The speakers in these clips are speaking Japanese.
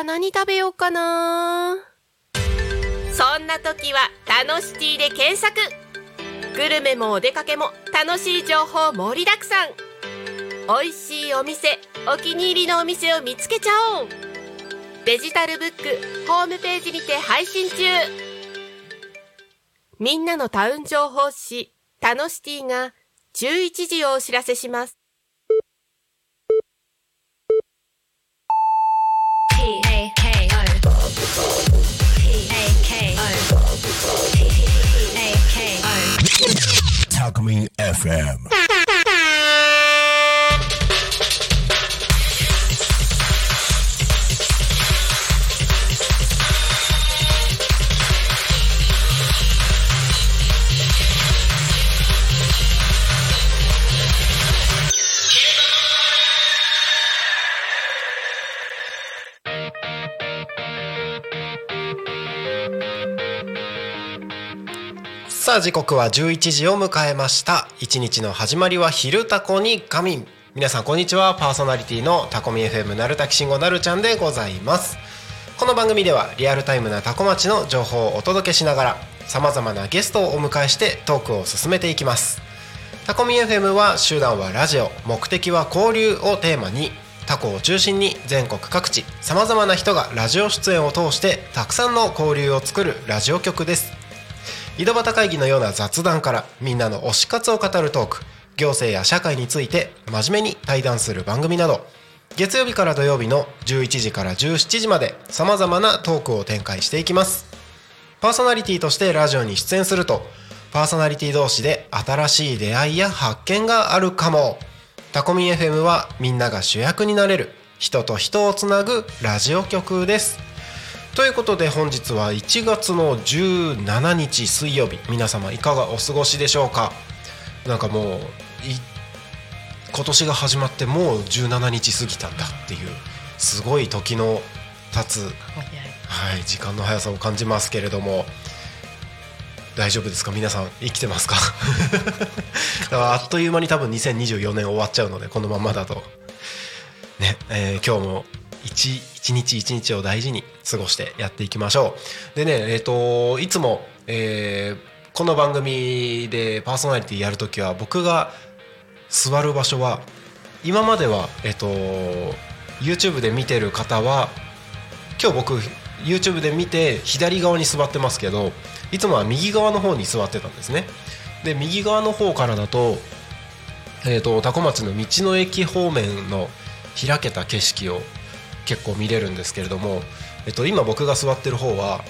は何食べようかな。そんな時は楽しティで検索。グルメもお出かけも楽しい情報盛りだくさん。美味しいお店、お気に入りのお店を見つけちゃおう。デジタルブックホームページにて配信中。みんなのタウン情報誌タノシティが11時をお知らせします。 タコミン FM。さあ時刻は11時を迎えました。一日の始まりは昼タコに仮眠。皆さんこんにちは。パーソナリティのタコミ FM なるたきしんごなるちゃんでございます。この番組ではリアルタイムなタコ町の情報をお届けしながらさまざまなゲストをお迎えしてトークを進めていきます。タコミ FM は手段はラジオ、目的は交流をテーマにタコを中心に全国各地さまざまな人がラジオ出演を通してたくさんの交流を作るラジオ局です。井戸端会議のような雑談からみんなの推し活を語るトーク、行政や社会について真面目に対談する番組など、月曜日から土曜日の11時から17時までさまざまなトークを展開していきます。パーソナリティとしてラジオに出演するとパーソナリティ同士で新しい出会いや発見があるかも。タコミ FM はみんなが主役になれる人と人をつなぐラジオ局です。ということで本日は1月の17日水曜日、皆様いかがお過ごしでしょうか。なんかもう今年が始まってもう17日過ぎたんだっていうすごい時の経つ、はい、時間の速さを感じますけれども、大丈夫ですか皆さん、生きてますかだからあっという間に多分2024年終わっちゃうので、このままだとね、今日も一日一日を大事に過ごしてやっていきましょう。でね、いつも、この番組でパーソナリティやるときは僕が座る場所は今までは、YouTube で見てる方は今日僕 YouTube で見て左側に座ってますけど、いつもは右側の方に座ってたんですね。で右側の方からだと、多古町の道の駅方面の開けた景色を結構見れるんですけれども、今僕が座ってる方は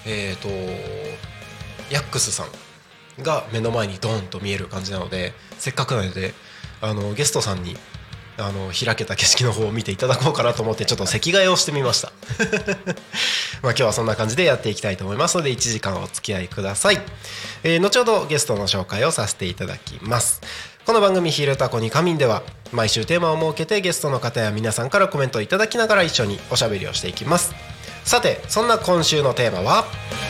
ヤックスさんが目の前にドーンと見える感じなので、せっかくなのでゲストさんに開けた景色の方を見ていただこうかなと思ってちょっと席替えをしてみましたまあ今日はそんな感じでやっていきたいと思いますので1時間お付き合いください。後ほどゲストの紹介をさせていただきます。この番組昼タコに仮眠では毎週テーマを設けてゲストの方や皆さんからコメントをいただきながら一緒におしゃべりをしていきます。さてそんな今週のテーマは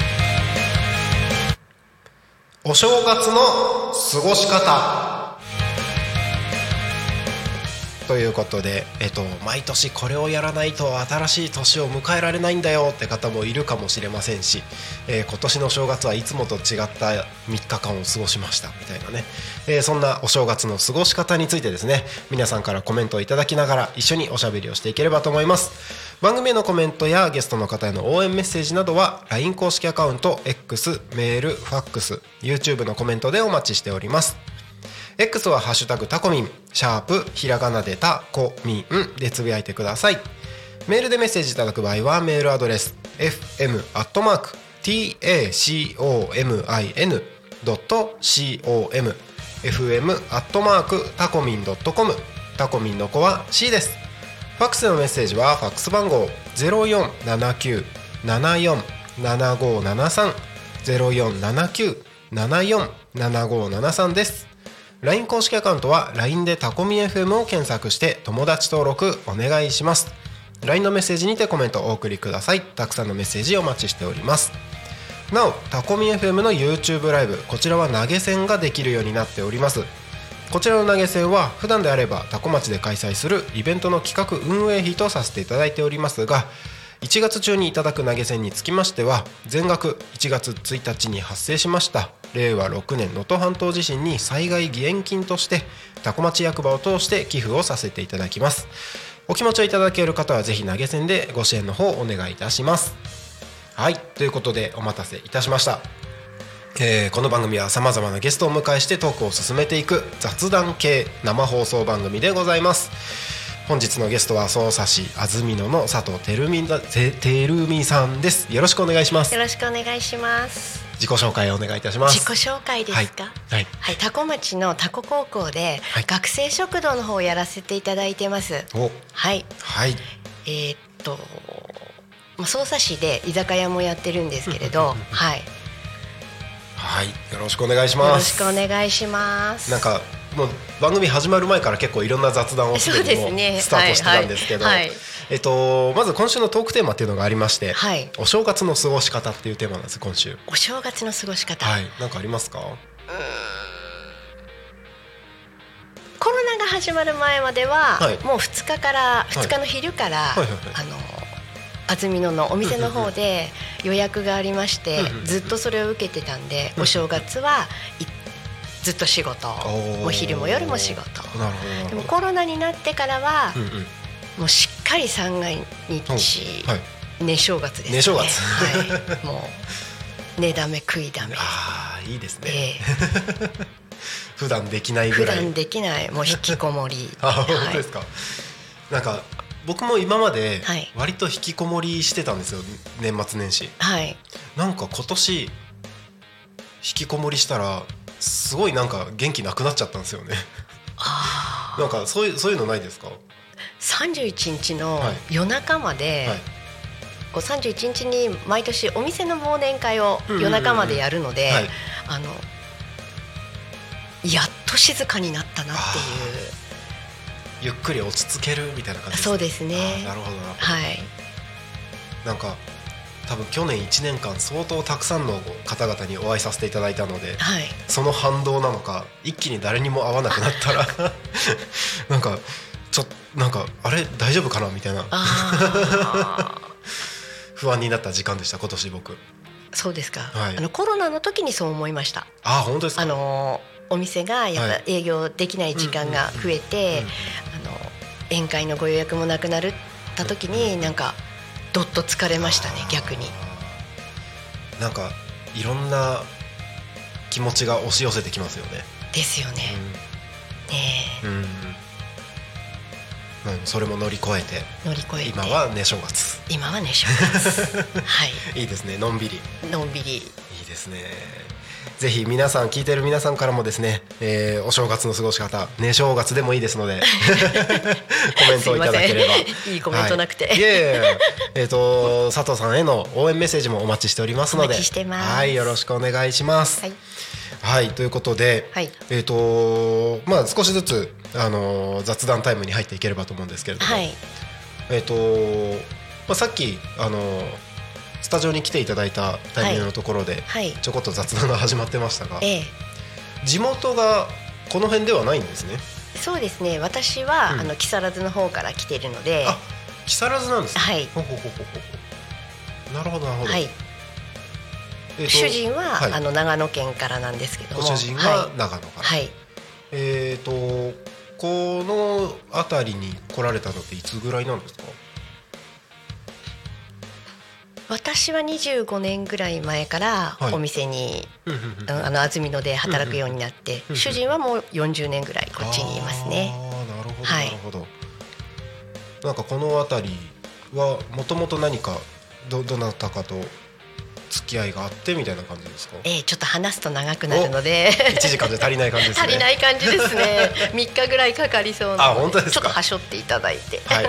お正月の過ごし方ということで、毎年これをやらないと新しい年を迎えられないんだよって方もいるかもしれませんし、今年の正月はいつもと違った3日間を過ごしましたみたいなね、そんなお正月の過ごし方についてですね、皆さんからコメントをいただきながら一緒におしゃべりをしていければと思います。番組へのコメントやゲストの方への応援メッセージなどは LINE 公式アカウント X、メール、ファックス、YouTube のコメントでお待ちしております。X はハッシュタグタコミン、シャープひらがなでタコミンでつぶやいてください。メールでメッセージいただく場合はメールアドレス fm@tacomin.com fm@tacomin.com タコミンの子は C です。ファックスのメッセージはファックス番号 0479747573 0479747573 です。LINE 公式アカウントは LINE でタコミ FM を検索して友達登録お願いします。 LINE のメッセージにてコメントをお送りください。たくさんのメッセージお待ちしております。なおタコミ FM の YouTube ライブ、こちらは投げ銭ができるようになっております。こちらの投げ銭は普段であればタコ町で開催するイベントの企画運営費とさせていただいておりますが、 1月中にいただく投げ銭につきましては全額1月1日に発生しました令和6年能登半島地震に災害義援金として多古町役場を通して寄付をさせていただきます。お気持ちをいただける方はぜひ投げ銭でご支援の方お願いいたします。はい、ということでお待たせいたしました。この番組はさまざまなゲストをお迎えしてトークを進めていく雑談系生放送番組でございます。本日のゲストは匝瑳市安曇野の佐藤てるみさんです。よろしくお願いします。 よろしくお願いします。 自己紹介をお願いいたします。 自己紹介ですか。 はい、 はい、多古町の多古高校で学生食堂の方をやらせていただいてます。はい、 はい、 匝瑳市で居酒屋もやってるんですけれどはい、 はい、よろしくお願いします。 よろしくお願いします。 なんかもう番組始まる前から結構いろんな雑談をすでにもスタートしてたんですけど、まず今週のトークテーマっていうのがありまして、はい、お正月の過ごし方っていうテーマなんです。今週お正月の過ごし方、 はい、なんかありますか？ コロナが始まる前までは、はい、もう2日の昼から、安曇野のお店の方で予約がありましてずっとそれを受けてたんで、お正月はずっと仕事、もう昼も夜も仕事。でもコロナになってからは、もうしっかり三が日、寝正月ですね。 寝正月、 はい、もう寝だめ食いだめ。 ああ、いいですね。普段できないぐらい。 普段できない、もう引きこもり。 本当ですか。なんか僕も今まで割と引きこもりしてたんですよ、年末年始。 はい。 なんか今年引きこもりしたらすごいなんか元気なくなっちゃったんですよね。なんかそういうのないですか ？31日の夜中まで、31日に毎年お店の忘年会を夜中までやるので、やっと静かになったなっていう。 ゆっくり落ち着けるみたいな感じですね。 そうですね。 なるほどな。 はい。 なんか多分去年1年間相当たくさんの方々にお会いさせていただいたので、はい、その反動なのか一気に誰にも会わなくなったらなんかあれ大丈夫かなみたいな不安になった時間でした今年僕。 そうですか、 はい、 コロナの時にそう思いました。 本当ですか。 お店がやっぱ営業できない時間が増えて、宴会のご予約もなくなった時になんかどっと疲れましたね。逆になんかいろんな気持ちが押し寄せてきますよね。 ですよね。 それも乗り越えて今は寝正月。 はい。 いいですね。のんびりいいですね。ぜひ皆さん聞いてる皆さんからもですね、お正月の過ごし方寝正月でもいいですのでコメントをいただければ。 いいコメントなくて、 佐藤さんへの応援メッセージもお待ちしておりますので、 お待ちしてます。 はい、よろしくお願いします。はい、ということで、少しずつ雑談タイムに入っていければと思うんですけれども、さっきスタジオに来ていただいたタイミングのところでちょこっと雑談が始まってましたが、地元がこの辺ではないんですね。 そうですね。私は木更津の方から来ているので。 木更津なんですね。 はい。 なるほどなるほど。 はい。主人は長野県からなんですけども。 ご主人は長野から。 はい。 この辺りに来られたのっていつぐらいなんですか？ 私は25年ぐらい前からお店に、安曇野で働くようになって、主人はもう40年ぐらいこっちにいますね。 なるほど、なるほど。なんかこの辺りはもともと何かどなたかと付き合いがあってみたいな感じですか？ ちょっと話すと長くなるので 1時間じゃ足りない感じですね。 足りない感じですね。3日ぐらいかかりそうなので。 本当ですか？ ちょっとはしょっていただいて。 はい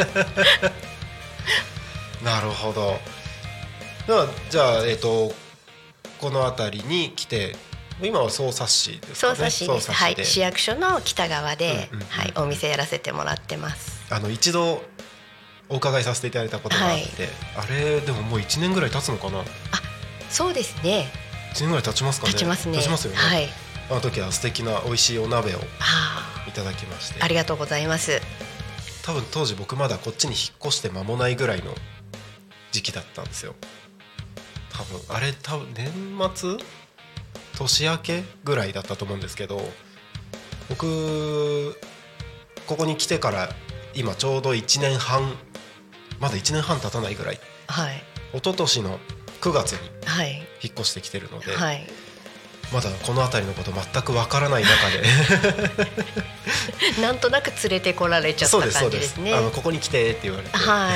なるほど。じゃあ、この辺りに来て今は匝瑳市ですかね。 匝瑳市です。はい、市役所の北側で、お店やらせてもらってます。 一度お伺いさせていただいたことがあって、あれでももう1年ぐらい経つのかな。 そうですね。 1年ぐらい経ちますかね。 経ちますね。 経ちますよね。 はい。 あの時は素敵な美味しいお鍋をいただきまして、 ありがとうございます。 多分当時僕まだこっちに引っ越して間もないぐらいの時期だったんですよ。多分年末年明けぐらいだったと思うんですけど、僕ここに来てから今ちょうど1年半、まだ1年半経たないぐらい、 はい、 一昨年の9月にはい引っ越してきてるので、 はい、 まだこの辺りのこと全くわからない中でなんとなく連れてこられちゃった感じですね。 ここに来てって言われて、 はい、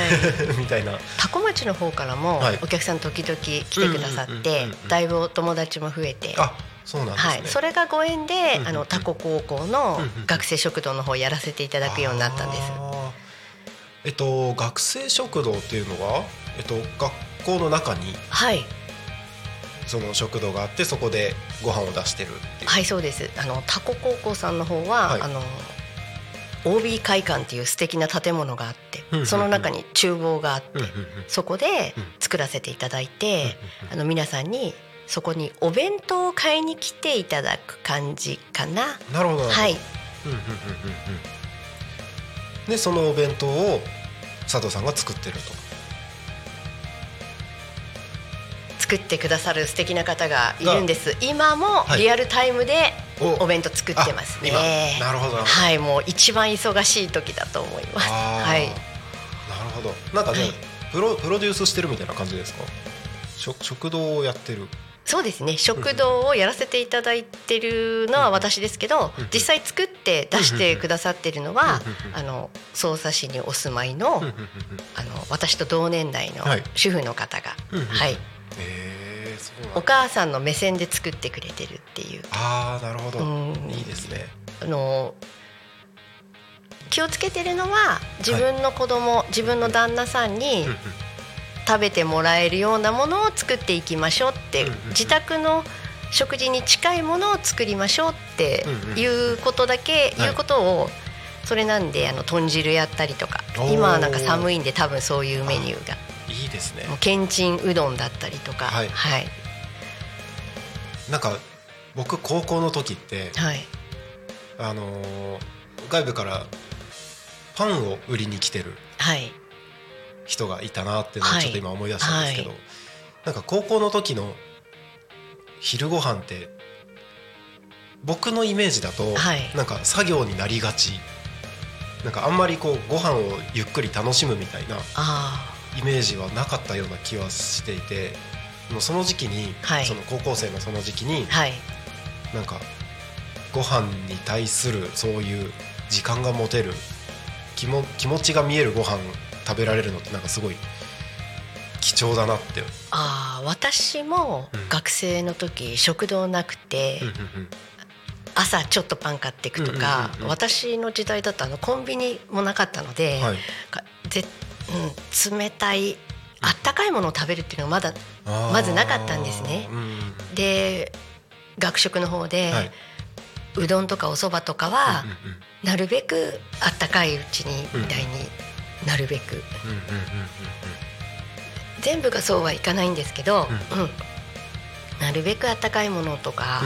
みたいな。 多古町の方からもお客さん時々来てくださってだいぶお友達も増えて、 あ、そうなんですね、はい、 それがご縁で多古高校の学生食堂の方をやらせていただくようになったんです。 学生食堂っていうのは、学校の中に、 はい、 その食堂があって、そこでご飯を出してるっていう。 はい、そうです。多古高校さんの方は、はい、OB 会館っていう素敵な建物があって、その中に厨房があって、そこで作らせていただいて、皆さんにそこにお弁当を買いに来ていただく感じかな。 なるほど、 はい。 でそのお弁当を佐藤さんが作ってると。 作ってくださる素敵な方がいるんです。今もリアルタイムでお弁当作ってますね。 なるほど、 はい、もう一番忙しい時だと思います。はい。 なるほど。なんかね、はい、プロデュースしてるみたいな感じですか？食堂をやってる。 そうですね、食堂をやらせていただいてるのは私ですけど、実際作って出してくださってるのは匝瑳市にお住まいの私と同年代の主婦の方が、はい、お母さんの目線で作ってくれてるっていう。 ああ、なるほど、いいですね。 気をつけてるのは自分の子供、自分の旦那さんに食べてもらえるようなものを作っていきましょうって、自宅の食事に近いものを作りましょうっていうことだけ言うことを、それなんで豚汁やったりとか、今はなんか寒いんで多分そういうメニューがいいですね。 もうけんちんうどんだったりとか、はいはい、 なんか僕高校の時って、はい、外部からパンを売りに来てる人がいたなっていうのをちょっと今思い出したんですけど、はいはい、なんか高校の時の昼ご飯って僕のイメージだと、はい、なんか作業になりがち、なんかあんまりこうご飯をゆっくり楽しむみたいなイメージはなかったような気はしていて、もうその時期に、はい、その高校生のその時期に、はい、なんかご飯に対するそういう時間が持てる気持ちが見えるご飯食べられるのってなんかすごい貴重だなって。 私も学生の時、食堂なくて、朝ちょっとパン買っていくとか、私の時代だとコンビニもなかったので、はい、冷たいあったかいものを食べるっていうのがまずなかったんですね。で学食の方で、はい、うどんとかお蕎麦とかはなるべくあったかいうちにみたいになるべく、全部がそうはいかないんですけど、なるべくあったかいものとか、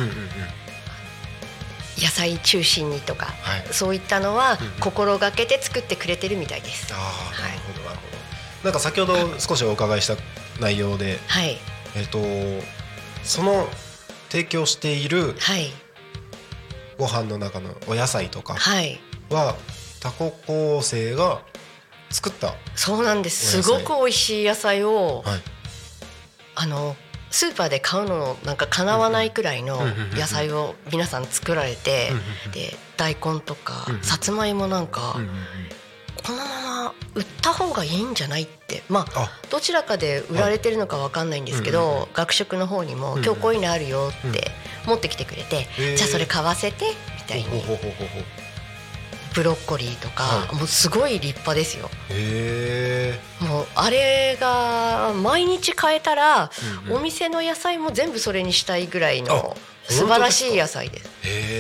野菜中心にとか、はい、そういったのは心がけて作ってくれてるみたいです。 なるほどなるほど。なんか先ほど少しお伺いした内容で、はい、その提供しているご飯の中のお野菜とかは多古高生が作った。 そうなんです。すごく美味しい野菜を、はい、スーパーで買うのなんかかなわないくらいの野菜を皆さん作られて、で大根とかさつまいもなんか、このまま売った方がいいんじゃないって、どちらかで売られてるのか分かんないんですけど、学食の方にも今日こういうのあるよって持ってきてくれて、じゃあそれ買わせてみたいに。ブロッコリーとか、もうすごい立派ですよ。もうあれが毎日買えたら、お店の野菜も全部それにしたいぐらいの素晴らしい野菜です。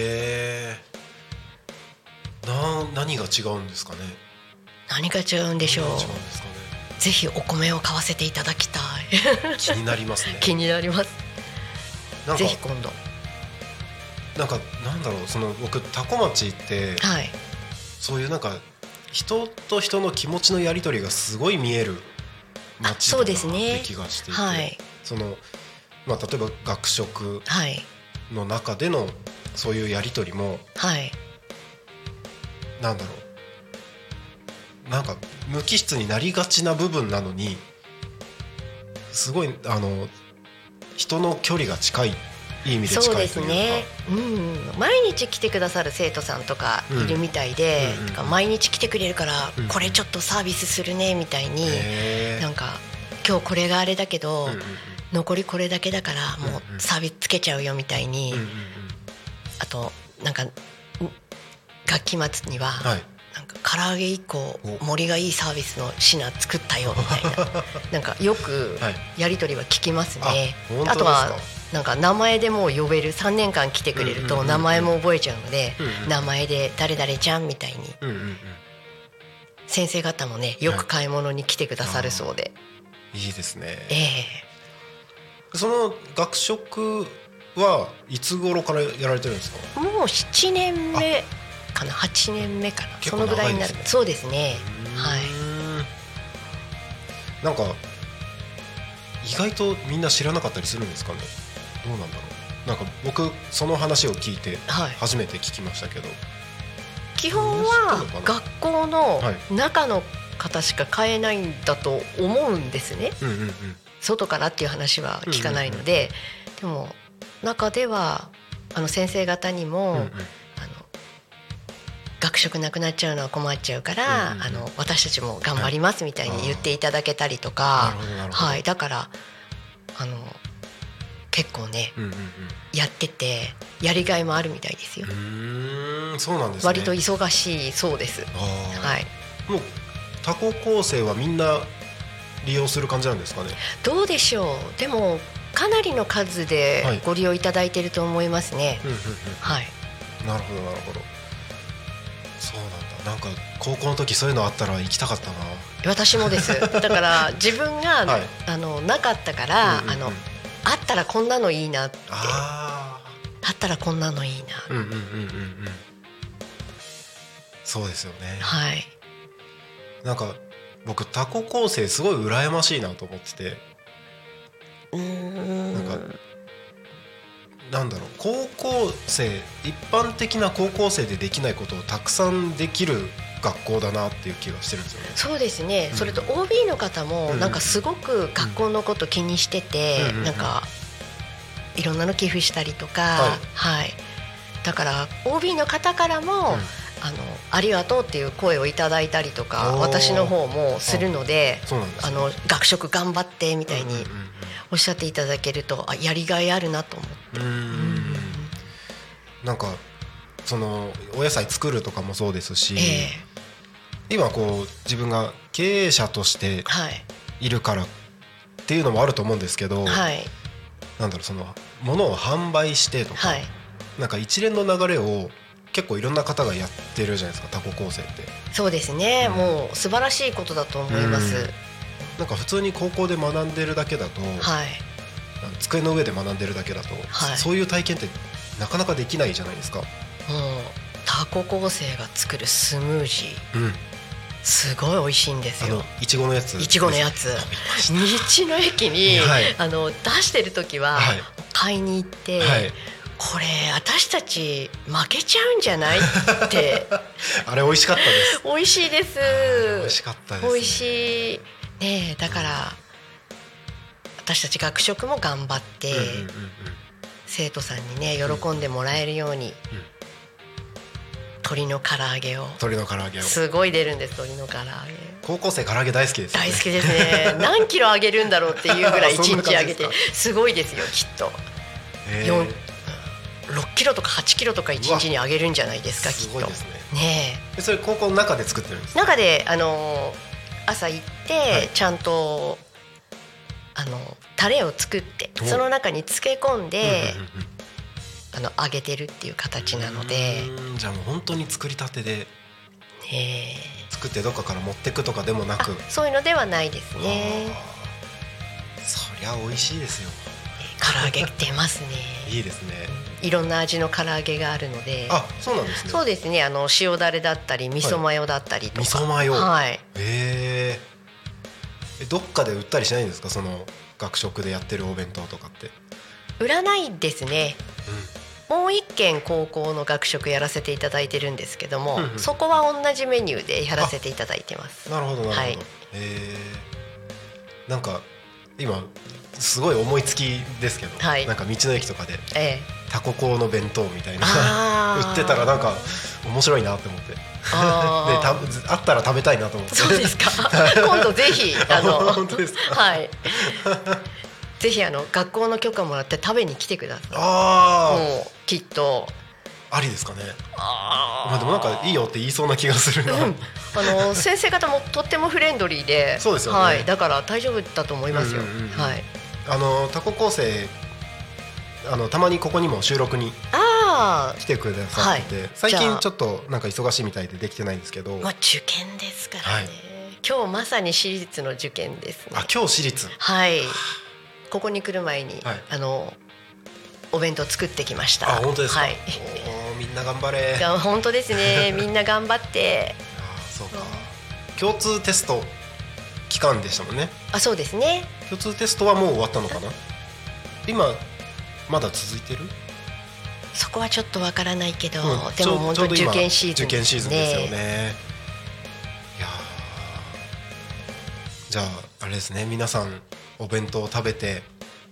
何が違うんですかね。 何が違うんでしょう。ぜひお米を買わせていただきたい。 気になりますね。 気になります。ぜひ今度。 なんかなんだろう、その僕多古町って、はい、そういうなんか人と人の気持ちのやり取りがすごい見える街だなって気がしていて、はい、その例えば学食の中でのそういうやり取りも、はい、なんだろう、なんか無機質になりがちな部分なのにすごい人の距離が近い、いい意味で近いというか。そうですね、 毎日来てくださる生徒さんとかいるみたいで、毎日来てくれるから、これちょっとサービスするねみたいに、なんか今日これがあれだけど、残りこれだけだからもうサービスつけちゃうよみたいに、あとなんか学期末には、なんか唐揚げ1個盛りがいいサービスの品作ったよみたいななんかよくやり取りは聞きますね。あとはなんか名前でもう呼べる、3年間来てくれると名前も覚えちゃうので、名前で誰々ちゃんみたいに、先生方もねよく買い物に来てくださるそうで、 いいですね。その学食はいつ頃からやられてるんですか？ もう7年目かな、8年目かな、そのぐらいになる。そうですね。はい。 なんか意外とみんな知らなかったりするんですかね。どうなんだろう。なんか僕その話を聞いて初めて聞きましたけど、 基本は学校の中の方しか買えないんだと思うんですね。外からっていう話は聞かないので、でも中では先生方にも、学食なくなっちゃうのは困っちゃうから、私たちも頑張りますみたいに言っていただけたりとか、はい、だから結構ね、やっててやりがいもあるみたいですよ。 そうなんですね。 割と忙しいそうです。はい。 もう他校校生はみんな利用する感じなんですかね。 どうでしょう。でもかなりの数でご利用いただいていると思いますね。はい。 なるほどなるほど。そうなんだ。なんか高校の時そういうのあったら行きたかったな。 私もです。だから自分が、なかったから、あったらこんなのいいなって、あったらこんなのいいな、 そうですよね。 はい。 なんか僕他校校生すごい羨ましいなと思ってて、なんだろう、高校生、一般的な高校生でできないことをたくさんできる学校だなっていう気がしてるんですよね。 そうですね。それと OB の方もなんかすごく学校のこと気にしてて、なんかいろんなの寄付したりとか、はい、だから OB の方からも、ありがとうっていう声をいただいたりとか、私の方もするので、学食頑張ってみたいにおっしゃっていただけると、やりがいあるなと思って。 なんかそのお野菜作るとかもそうですし、今こう自分が経営者としているからっていうのもあると思うんですけど、なんだろう、その物を販売してとか、なんか一連の流れを結構いろんな方がやってるじゃないですか、他校校生って。 そうですね、もう素晴らしいことだと思います。 なんか普通に高校で学んでるだけだと、机の上で学んでるだけだと、そういう体験ってなかなかできないじゃないですか。 他校校生が作るスムージー、すごい美味しいんですよ。 いちごのやつ。 いちごのやつ。道の駅に、出してる時は買いに行って、これ私たち負けちゃうんじゃないってあれ美味しかったです。 美味しいです。 美味しかったですね。 美味しいね。だから私たち学食も頑張って、生徒さんにね喜んでもらえるように、鶏の唐揚げをすごい出るんです。鶏の唐揚げ、 高校生唐揚げ大好きですよね。 大好きですね。何キロ揚げるんだろうっていうぐらい1日揚げてすごいですよ、きっと。6キロとか8キロとか1日に揚げるんじゃないですか、きっと。すごいですね。 それ高校の中で作ってるんですか？ 中で朝行って、ちゃんとタレを作って、その中に漬け込んで揚げてるっていう形なので。 じゃあもう本当に作りたてで作ってどっかから持ってくとかでもなく。 そういうのではないですね。 そりゃ美味しいですよ。 唐揚げ出ますね。 いいですね。 いろんな味の唐揚げがあるので。 そうなんですね。 そうですね。塩だれだったり味噌マヨだったりとか。 味噌マヨ。 はい。 どっかで売ったりしないんですか、その学食でやってるお弁当とかって。 売らないですね、もう一軒高校の学食やらせていただいてるんですけども、そこは同じメニューでやらせていただいてます。 なるほどなるほど、はい、なんか今すごい思いつきですけど、はい、なんか道の駅とかで、タココの弁当みたいな売ってたらなんか面白いなって思ってであったら食べたいなと思って。 そうですか今度ぜひ本当ですかはいぜひ学校の許可もらって食べに来てください。もうきっとありですかね。まあでもなんかいいよって言いそうな気がするな、 先生方もとってもフレンドリーで、 そうですよね、 はい、だから大丈夫だと思いますよ。はい、 タコ構成たまにここにも収録に来てくださってて、最近ちょっとなんか忙しいみたいでできてないんですけど、 まあ、受験ですからね、今日まさに私立の受験ですね。 今日私立。 はい、ここに来る前に、お弁当作ってきました。 本当ですか。はい、みんな頑張れ。 本当ですねみんな頑張ってそうか、共通テスト期間でしたもんね。 そうですね。 共通テストはもう終わったのかな。今まだ続いてる？ そこはちょっとわからないけど、でも本当に受験シーズンですよね。いやじゃああれですね、皆さんお弁当を食べて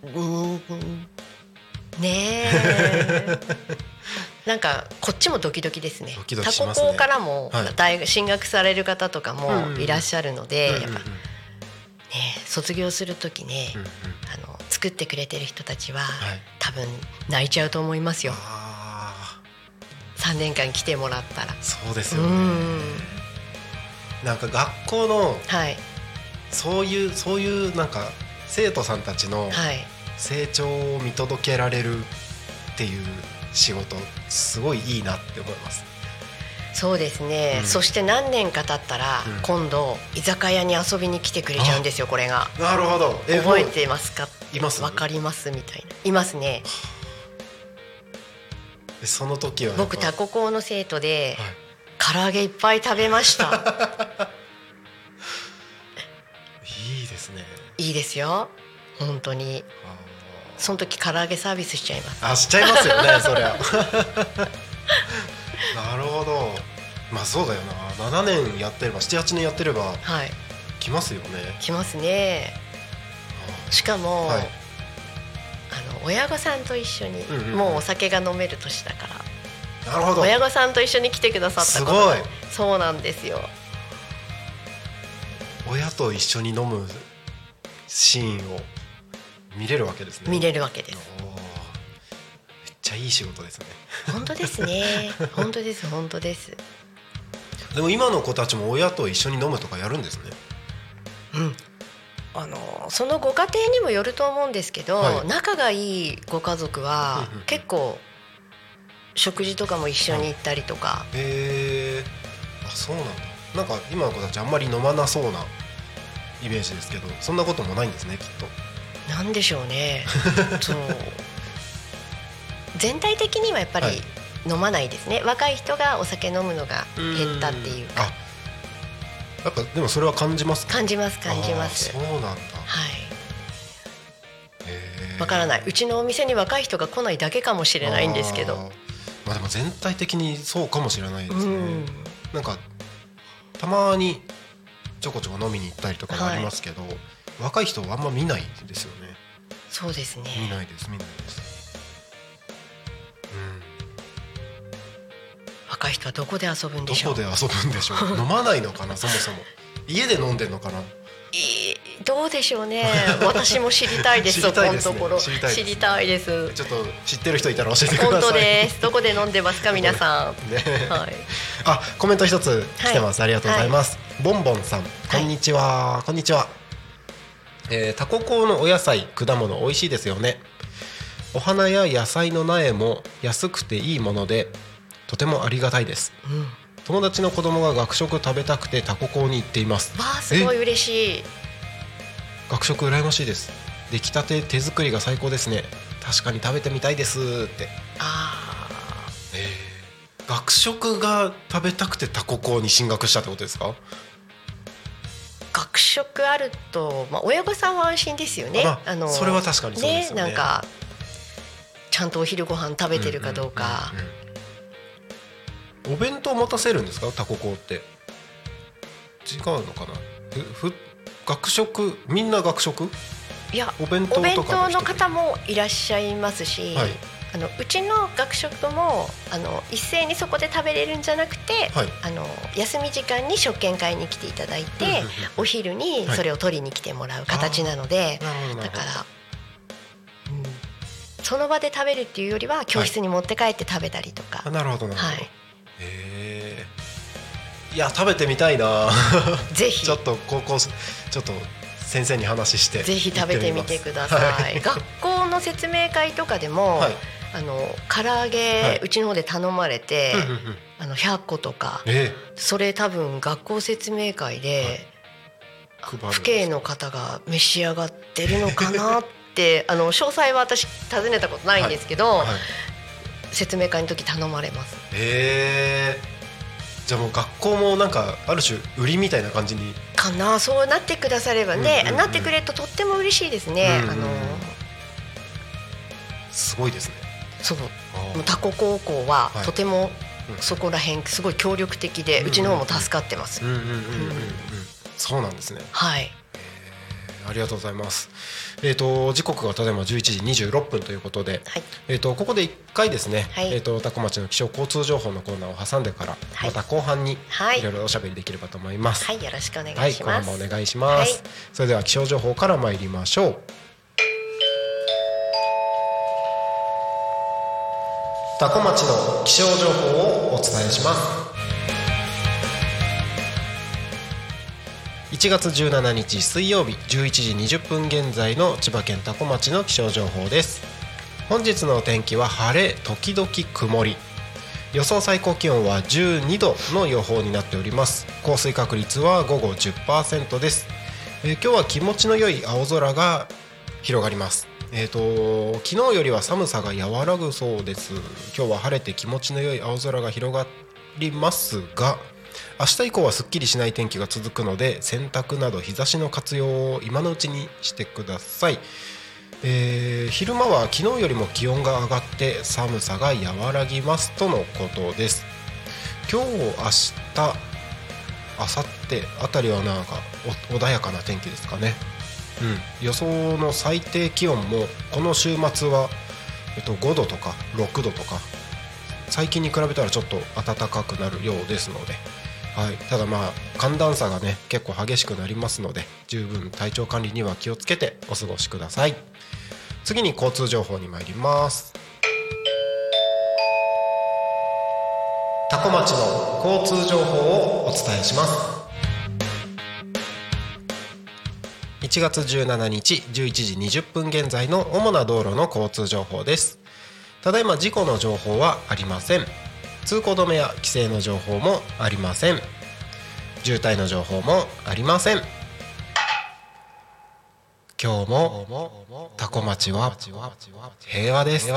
ねえなんかこっちもドキドキですね。 ドキドキしますね。 他校からも進学される方とかもいらっしゃるので、やっぱね卒業する時ね、作ってくれてる人たちは、多分泣いちゃうと思いますよ。3年間来てもらったら。 そうですよね。なんか学校の、そういうなんか生徒さんたちの成長を見届けられるっていう仕事、すごいいいなって思います。 そうですね、そして何年か経ったら、今度居酒屋に遊びに来てくれちゃうんですよ、これが。 なるほど。 覚えてますか？ います？ わかりますみたいな。いますね。 その時は僕タコ校の生徒で、唐揚げいっぱい食べましたいいですね。 いいですよ本当に。その時唐揚げサービスしちゃいます。 しちゃいますよねそりゃなるほど。まあそうだよな、7年やってれば 7,8 年やってれば来ますよね。 来ますね。しかも、親御さんと一緒に、もうお酒が飲める年だから。なるほど。親御さんと一緒に来てくださったことが。すごい。そうなんですよ。 親と一緒に飲むシーンを見れるわけですね。 見れるわけです。 めっちゃいい仕事ですね。 本当ですね本当です本当です。 でも今の子たちも親と一緒に飲むとかやるんですね。 そのご家庭にもよると思うんですけど、仲がいいご家族は結構食事とかも一緒に行ったりとか。 そうなんだ。なんか今の子たちあんまり飲まなそうなイメージですけど、そんなこともないんですねきっと。 なんでしょうねそう全体的にはやっぱり飲まないですね。若い人がお酒飲むのが減ったっていうか。 やっぱでもそれは感じますか？ 感じます感じます。 そうなんだ。 わからない。うちのお店に若い人が来ないだけかもしれないんですけど。 まあでも全体的にそうかもしれないですね。なんかたまにちょこちょこ飲みに行ったりとかもありますけど、若い人はあんま見ないですよね。 そうですね。 見ないです見ないです。 若い人はどこで遊ぶんでしょう。 どこで遊ぶんでしょう。飲まないのかなそもそも。家で飲んでんのかな。 どうでしょうね。私も知りたいです。そこのところ知りたいです。 ちょっと知ってる人いたら教えてください。 本当です。どこで飲んでますか皆さん。 コメント一つ来てます。ありがとうございます。ボンボンさん、こんにちは。こんにちは。タコ校のお野菜果物美味しいですよね。お花や野菜の苗も安くていいものでとてもありがたいです。友達の子供が学食食べたくてタコ校に行っています。 すごい嬉しい。 学食羨ましいです。出来たて手作りが最高ですね。確かに食べてみたいですって。学食が食べたくてタコ校に進学したってことですか？ 学食食あると、親御さんは安心ですよね。 それは確かにそうですよね。 なんかちゃんとお昼ご飯食べてるかどうか。 お弁当持たせるんですか、タコ校って。違うのかな。学食、みんな学食。いや、お弁当の方もいらっしゃいますし、はい、うちの学食も一斉にそこで食べれるんじゃなくて、はい、休み時間に食券買いに来ていただいて、お昼にそれを取りに来てもらう形なので、だから、その場で食べるっていうよりは教室に持って帰って食べたりとか。 なるほどなるほど。はい、いや、食べてみたいな。ぜひちょっとちょっと先生に話してぜひ食べてみてください。学校の説明会とかでも、はい、唐揚げ、はい、うちの方で頼まれて、100個とか、それ多分学校説明会で、父兄の方が召し上がってるのかなって詳細は私尋ねたことないんですけど、はいはい、説明会の時頼まれます。 じゃあもう学校もなんかある種売りみたいな感じにかな。そうなってくださればね、なってくれるととっても嬉しいですね。 すごいですね。 そう、タコ高校はとてもそこら辺すごい協力的で、うちの方も助かってます。 そうなんですね。 はい、 ありがとうございます。時刻がただいま11時26分ということで、はい、ここで1回ですね、はい、多古町の気象交通情報のコーナーを挟んでから、はい、また後半にいろいろおしゃべりできればと思います。 はい、よろしくお願いします。 後半もお願いします。それでは気象情報から参りましょう。多古町の気象情報をお伝えします。1月17日水曜日11時20分現在の千葉県多古町の気象情報です。本日のお天気は晴れ時々曇り、予想最高気温は12度の予報になっております。降水確率は午後 10% です。今日は気持ちの良い青空が広がります。昨日よりは寒さが和らぐそうです。今日は晴れて気持ちの良い青空が広がりますが、明日以降はすっきりしない天気が続くので、洗濯など日差しの活用を今のうちにしてください。昼間は昨日よりも気温が上がって寒さが和らぎますとのことです。今日、明日、明後日あたりはなんか穏やかな天気ですかね。予想の最低気温もこの週末は、5度とか6度とか、最近に比べたらちょっと暖かくなるようですので、はい、ただ寒暖差がね結構激しくなりますので、十分体調管理には気をつけてお過ごしください。次に交通情報に参ります。多古町の交通情報をお伝えします。1月17日11時20分現在の主な道路の交通情報です。ただいま事故の情報はありません。通行止めや規制の情報もありません。渋滞の情報もありません。今日も多古町は平和です。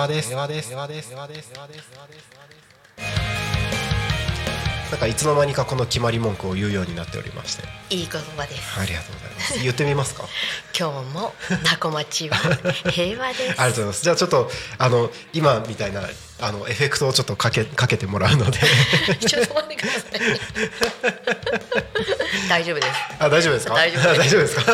なんかいつの間にかこの決まり文句を言うようになっておりまして、 いい言葉です。 ありがとうございます。言ってみますか。 今日も多古町は平和です。 ありがとうございます。じゃあちょっと今みたいなエフェクトをちょっとかけてもらうのでちょっと待ってください。大丈夫です。 大丈夫ですか。大丈夫ですか。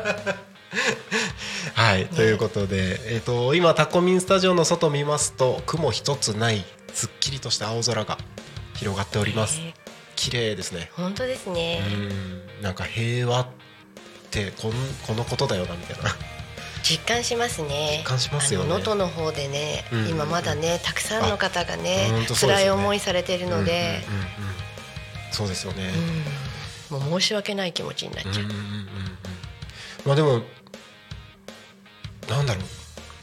はい、ということで、今タコミンスタジオの外見ますと、雲一つないすっきりとした青空が広がっております。綺麗ですね。 本当ですね。 なんか平和ってこのことだよなみたいな実感しますね。 実感しますよね。 能登の方でね、今まだねたくさんの方がね辛い思いされているので、 そうですよね。 もう申し訳ない気持ちになっちゃう。 でもなんだろう、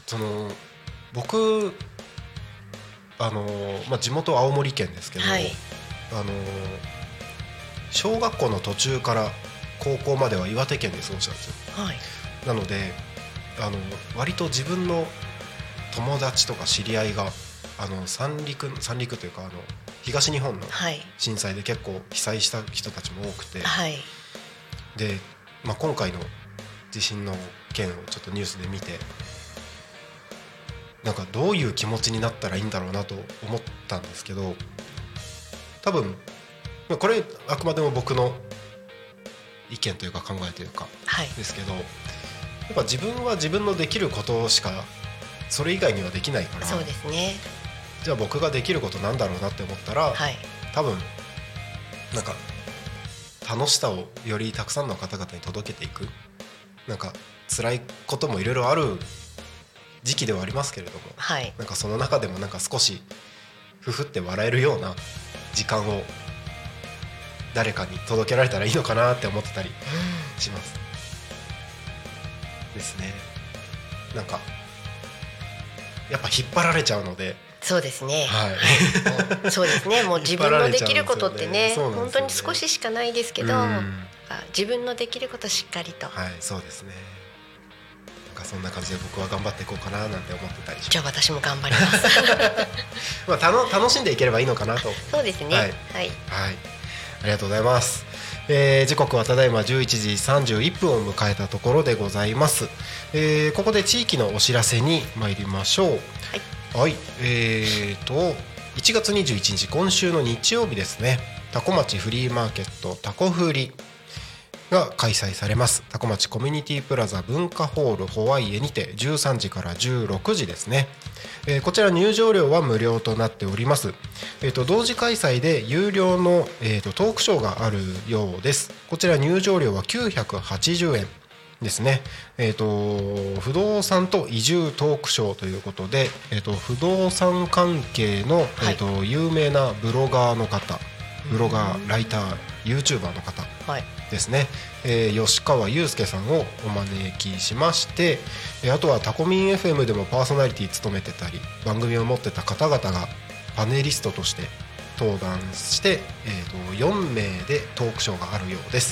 僕地元青森県ですけど、はい、小学校の途中から高校までは岩手県で過ごしたんですよ。はい、なので割と自分の友達とか知り合いが三陸というか東日本の震災で結構被災した人たちも多くて、はい、で今回の地震の件をちょっとニュースで見て、なんかどういう気持ちになったらいいんだろうなと思ったんですけど、多分これあくまでも僕の意見というか考えというかですけど、やっぱ自分は自分のできることしかそれ以外にはできないから、 そうですね。 じゃあ僕ができることなんだろうなって思ったら、多分なんか楽しさをよりたくさんの方々に届けていく、なんか辛いこともいろいろある時期ではありますけれども、なんかその中でもなんか少しふふって笑えるような時間を誰かに届けられたらいいのかなって思ってたりします、ですね。なんかやっぱ引っ張られちゃうので。 そうですね、そうですね。もう自分のできることってね、本当に少ししかないですけど、自分のできることしっかりと、 そうですね。なんかそんな感じで僕は頑張っていこうかななんて思ってたりします。 じゃあ私も頑張ります楽しんでいければいいのかなと。 そうですね。 ありがとうございます。時刻はただいま11時31分を迎えたところでございます。ここで地域のお知らせに参りましょう。1月21日今週の日曜日ですね、多古町フリーマーケットタコフリが開催されます。多古町コミュニティプラザ文化ホールホワイエにて13時から16時ですね。こちら入場料は無料となっております。同時開催で有料の、トークショーがあるようです。こちら入場料は980円ですね。不動産と移住トークショーということで、不動産関係の、有名なブロガーの方、ブロガー、ライター、YouTuber の方ですね、吉川祐介さんをお招きしまして、あとはタコミン FM でもパーソナリティ務めてたり番組を持ってた方々がパネリストとして登壇して、4名でトークショーがあるようです。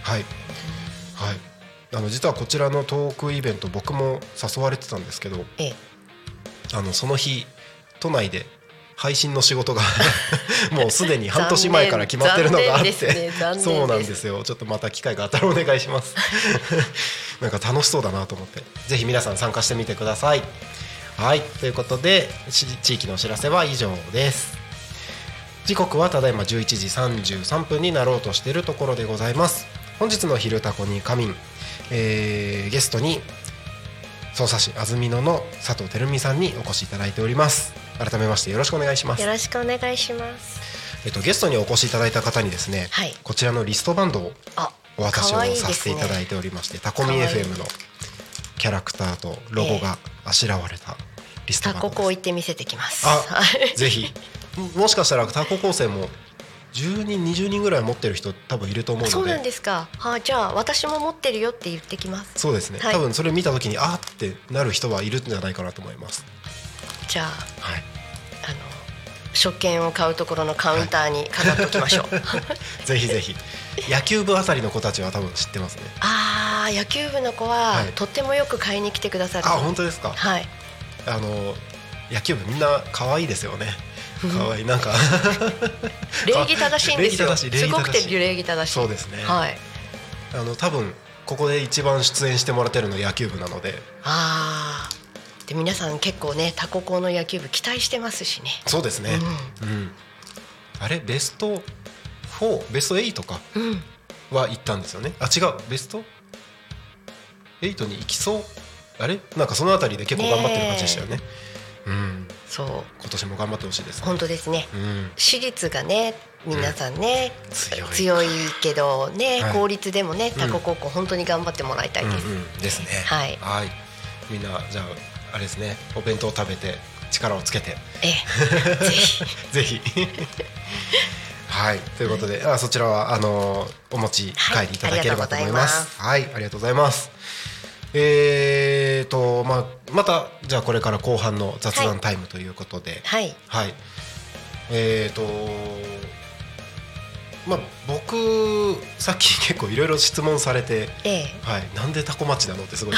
実はこちらのトークイベント僕も誘われてたんですけど、その日都内で配信の仕事がもうすでに半年前から決まってるのがあって、そうなんですよ。ちょっとまた機会があったらお願いしますなんか楽しそうだなと思って、ぜひ皆さん参加してみてください。ということで地域のお知らせは以上です。時刻はただいま11時33分になろうとしているところでございます。本日の昼タコに仮眠、ゲストに匝瑳市安曇野の佐藤照美さんにお越しいただいております。改めましてよろしくお願いします。 よろしくお願いします。 ゲストにお越しいただいた方にですね、こちらのリストバンドをお渡しをさせていただいておりまして、タコミ FM のキャラクターとロゴがあしらわれたリストバンドです。 タコ行って見せてきます。 ぜひもしかしたらタコ高専も10人20人ぐらい持ってる人多分いると思うので。 そうなんですか。じゃあ私も持ってるよって言ってきます。 そうですね、多分それ見た時にあーってなる人はいるんじゃないかなと思います。 じゃあ、食券を買うところのカウンターに飾っておきましょう、 ぜひぜひ。野球部あたりの子たちは多分知ってますね。 野球部の子は、とってもよく買いに来てくださる。 本当ですか。野球部みんな可愛いですよね。可愛い、なんか礼儀正しいんですよ。すごくて礼儀正しい。 そうですね。多分ここで一番出演してもらってるの野球部なので。 で皆さん結構ね、タコ校の野球部期待してますしね。 そうですね、あれベスト4ベスト8かは行ったんですよね。違う、ベスト8に行きそう。なんかそのあたりで結構頑張ってる感じでしたよね。 そう、 今年も頑張ってほしいですね。 本当ですね、私立がね皆さんね、強いけどね、公立でもねタコ高校本当に頑張ってもらいたいです。 ですね。みんなじゃああれですね、お弁当を食べて力をつけて、 ぜひぜひということで、そちらはお持ち帰りいただければと思います。ありがとうございます。またじゃあこれから後半の雑談タイムということで、僕さっき結構いろいろ質問されて、なんでタコ町なのってすごい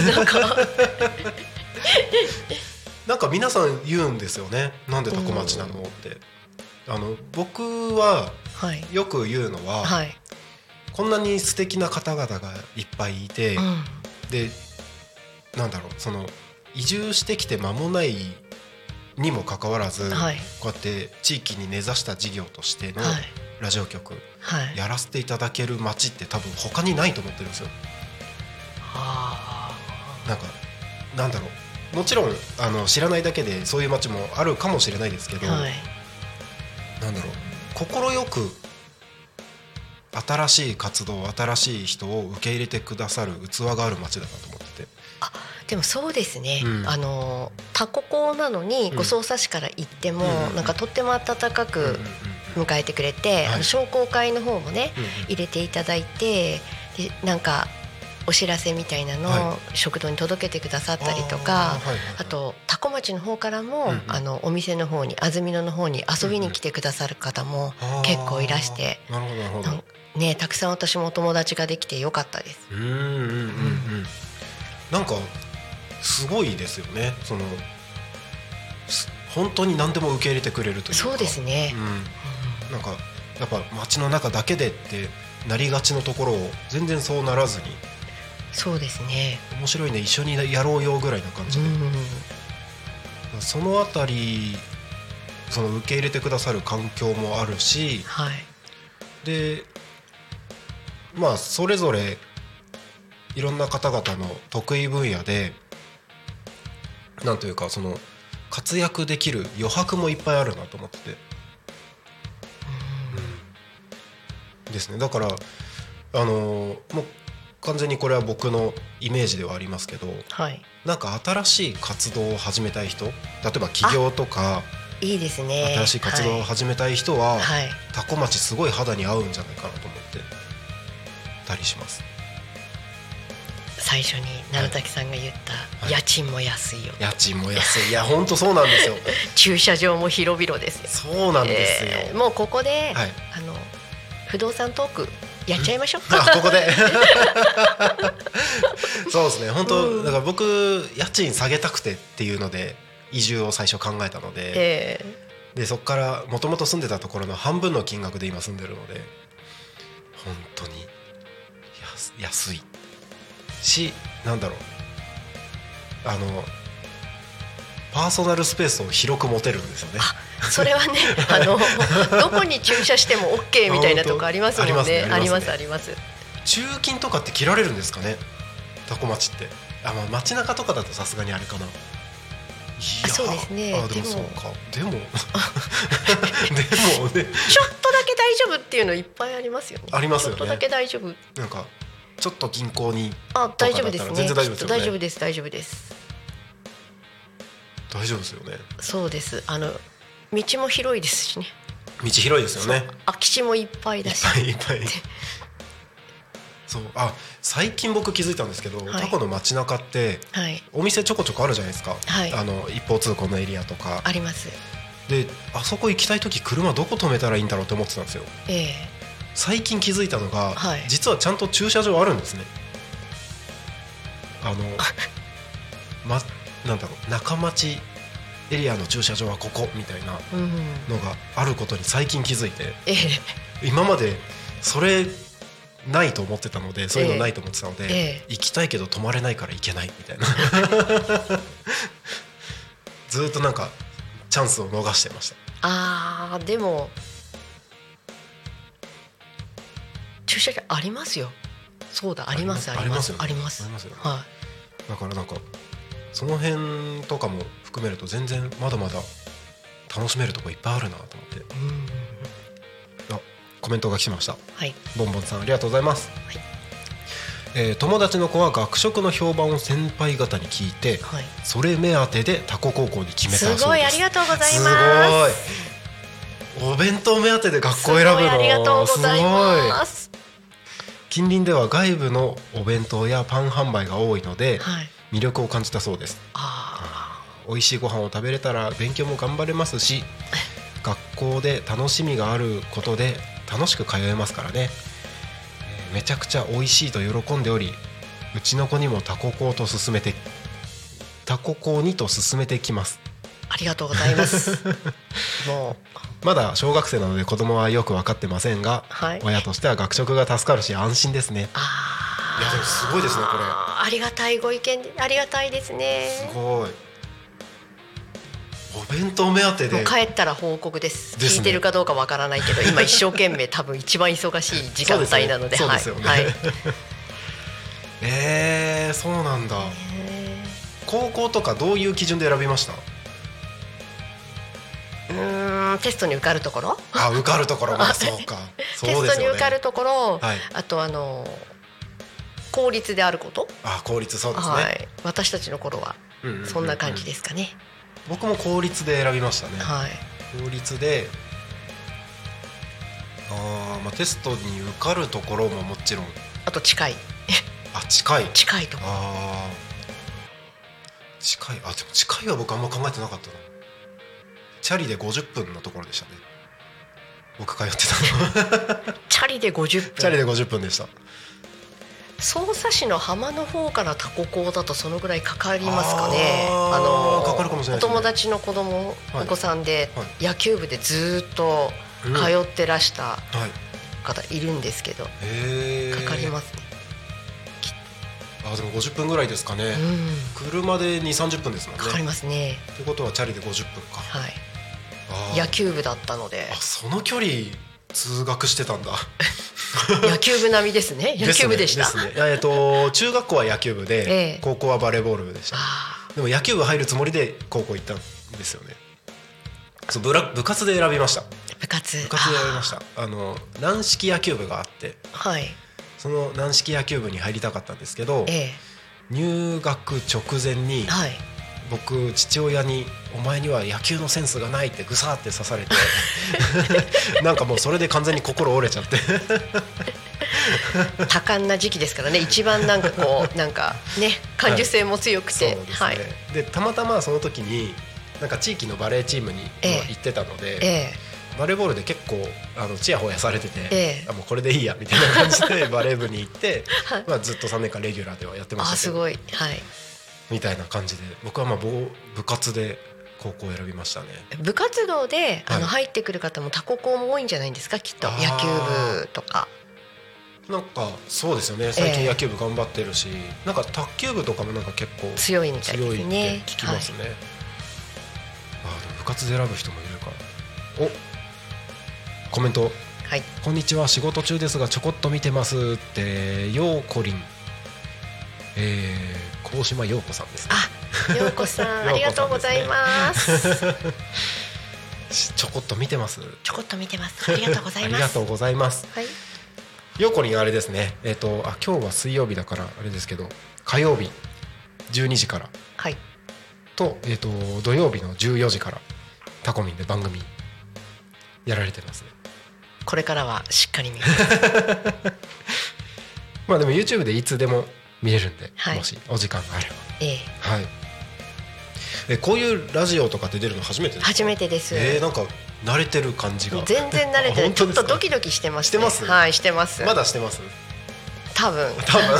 なんか皆さん言うんですよね。なんでタコ町なのって。僕はよく言うのは、 こんなに素敵な方々がいっぱいいて、でなんだろう、その移住してきて間もないにもかかわらず、こうやって地域に根ざした事業としてのラジオ局やらせていただける街って多分他にないと思ってるんですよ。なんだろう、もちろん知らないだけでそういう街もあるかもしれないですけど、なんだろう、快く新しい活動、新しい人を受け入れてくださる器がある街だなと思ってて。 でもそうですね、タコ校なのにご捜査士から行っても、なんかとっても温かく迎えてくれて、商工会の方もね、入れていただいて、でなんかお知らせみたいなのを食堂に届けてくださったりとか、あとタコ町の方からも、お店の方に、安曇野の方に遊びに来てくださる方も結構いらして、ね、たくさん私もお友達ができてよかったです。 なんかすごいですよね、その本当に何でも受け入れてくれるというか。 そうですね、 なんかやっぱ街の中だけでってなりがちのところを全然そうならずに。 そうですね、 面白いね、一緒にやろうよぐらいな感じで、そのあたり、その受け入れてくださる環境もあるし、でまあそれぞれいろんな方々の得意分野でなんというか、その活躍できる余白もいっぱいあるなと思ってて、ですね。だからもう完全にこれは僕のイメージではありますけど、なんか新しい活動を始めたい人、例えば起業とかいいですね、 新しい活動を始めたい人は、タコ町すごい肌に合うんじゃないかなと思ってたりします。 最初に鳴滝さんが言った、家賃も安いよ。 家賃も安い、いや本当そうなんですよ。 駐車場も広々ですよ。 そうなんですよ、 もうここで、不動産トークやっちゃいましょう。 ここでそうですね、本当、だから僕家賃下げたくてっていうので移住を最初考えたので、でそこからもともと住んでたところの半分の金額で今住んでるので、本当に安いし、なんだろう、パーソナルスペースを広く持てるんですよね。 それはね、どこに駐車しても OK みたいなとこありますもんね。ありますあります。 駐勤とかって切られるんですかね、タコ町って。街中とかだとさすがにあれかな。 そうですね。 でもそうか。でもね、 ちょっとだけ大丈夫っていうのいっぱいありますよね。 ありますよね。 ちょっとだけ大丈夫。 なんかちょっと銀行に大丈夫ですね。 全然大丈夫ですよね。 大丈夫です、大丈夫です。 大丈夫ですよね。 そうです。道も広いですしね。 道広いですよね。 空き地もいっぱいだし。 いっぱい。そう、最近僕気づいたんですけど、タコの街中って、お店ちょこちょこあるじゃないですか。一方通行のエリアとかあります。 で、あそこ行きたい時車どこ止めたらいいんだろうって思ってたんですよ。最近気づいたのが、実はちゃんと駐車場あるんですね。なんだろう、中町エリアの駐車場はここみたいなのがあることに最近気づいて、今までそれないと思ってたので、そういうのないと思ってたので、行きたいけど泊まれないから行けないみたいなずっとなんかチャンスを逃してました。 でも駐車場ありますよ。そうだ、ありますありますあります。 だからなんかその辺とかも含めると全然まだまだ楽しめるとこいっぱいあるなと思って。コメントが来ました。ボンボンさんありがとうございます。友達の子は学食の評判を先輩方に聞いて、それ目当てでタコ高校に決めたそうです。 すごい、ありがとうございます。 すごい、お弁当目当てで学校選ぶの、 ありがとうございます。 近隣では外部のお弁当やパン販売が多いので、魅力を感じたそうです。美味しいご飯を食べれたら勉強も頑張れますし、学校で楽しみがあることで楽しく通えますからね。めちゃくちゃ美味しいと喜んでおり、うちの子にもタコ校にと勧めてきます。 ありがとうございますもうまだ小学生なので子供はよく分かってませんが、はい、親としては学食が助かるし安心ですね。いやでもすごいですねこれ。 ありがたいご意見でありがたいですね。 すごい。お弁当目当てでもう帰ったら報告です。聞いてるかどうかわからないけど今一生懸命多分一番忙しい時間帯なので。 そうですよね。はい、そうなんだ。高校とかどういう基準で選びました？ テストに受かるところ。 受かるところ。まあそうか。 テストに受かるところ、はい、あと公立であること。 公立そうですね。はい、 私たちの頃はそんな感じですかね。 僕も公立で選びましたね。 はい、 公立でテストに受かるところももちろん。 あと近い。 近いところ。 近い。でも近いは僕あんま考えてなかったな。チャリで50分のところでしたね。僕通ってたの。 チャリで50分。 チャリで50分でした。 匝瑳市の浜の方からタコ港だとそのぐらいかかりますかね。 かかるかもしれないですね。 お友達のお子さんで野球部でずっと通ってらした方いるんですけど、かかりますね。 でも50分ぐらいですかね。車で 2,30 分ですもんね。 かかりますね。 ということはチャリで50分か。 はい。野球部だったので。 その距離通学してたんだ。 野球部並みですね。野球部でした。 ですね。中学校は野球部で、高校はバレーボール部でした。でも野球部入るつもりで高校行ったんですよね。部活で選びました。部活で選びました。軟式野球部があって、 はい、 その軟式野球部に入りたかったんですけど、入学直前に、はい、僕父親にお前には野球のセンスがないってぐさって刺されてなんかもうそれで完全に心折れちゃって多感な時期ですからね。一番なんかこうなんかね感受性も強くて、はい、そうですね。はい、 でたまたまその時になんか地域のバレーチームに行ってたので、バレーボールで結構チヤホヤされてて、もうこれでいいやみたいな感じでバレー部に行って、ずっと3年間レギュラーではやってましたけど。 すごい、はい、 みたいな感じで僕は部活で高校を選びましたね。 部活動で入ってくる方も他高校も多いんじゃないんですか、きっと。野球部とかなんかそうですよね。最近野球部頑張ってるし、なんか卓球部とかもなんか結構強いみたいですね。 聞きますね。でも部活で選ぶ人もいるから。コメント、はい、こんにちは、仕事中ですがちょこっと見てますってようこりん、高島陽子さんですね。 陽子さんありがとうございますちょこっと見てます。 ちょこっと見てます。ありがとうございます。 ありがとうございます。 はい、 陽子りんあれですね。今日は水曜日だからあれですけど、火曜日12時から、 はい、 と土曜日の14時からタコミンで番組やられてますね。 これからはしっかり見るまあでも YouTube でいつでも見れるんで、はい、もしお時間があれば、はい、こういうラジオとかで出るの初めてですか？初めてです。 なんか慣れてる感じが。 全然慣れてない。ちょっとドキドキしてます、ね。 してます？ はい、してます。 まだしてます？ 多分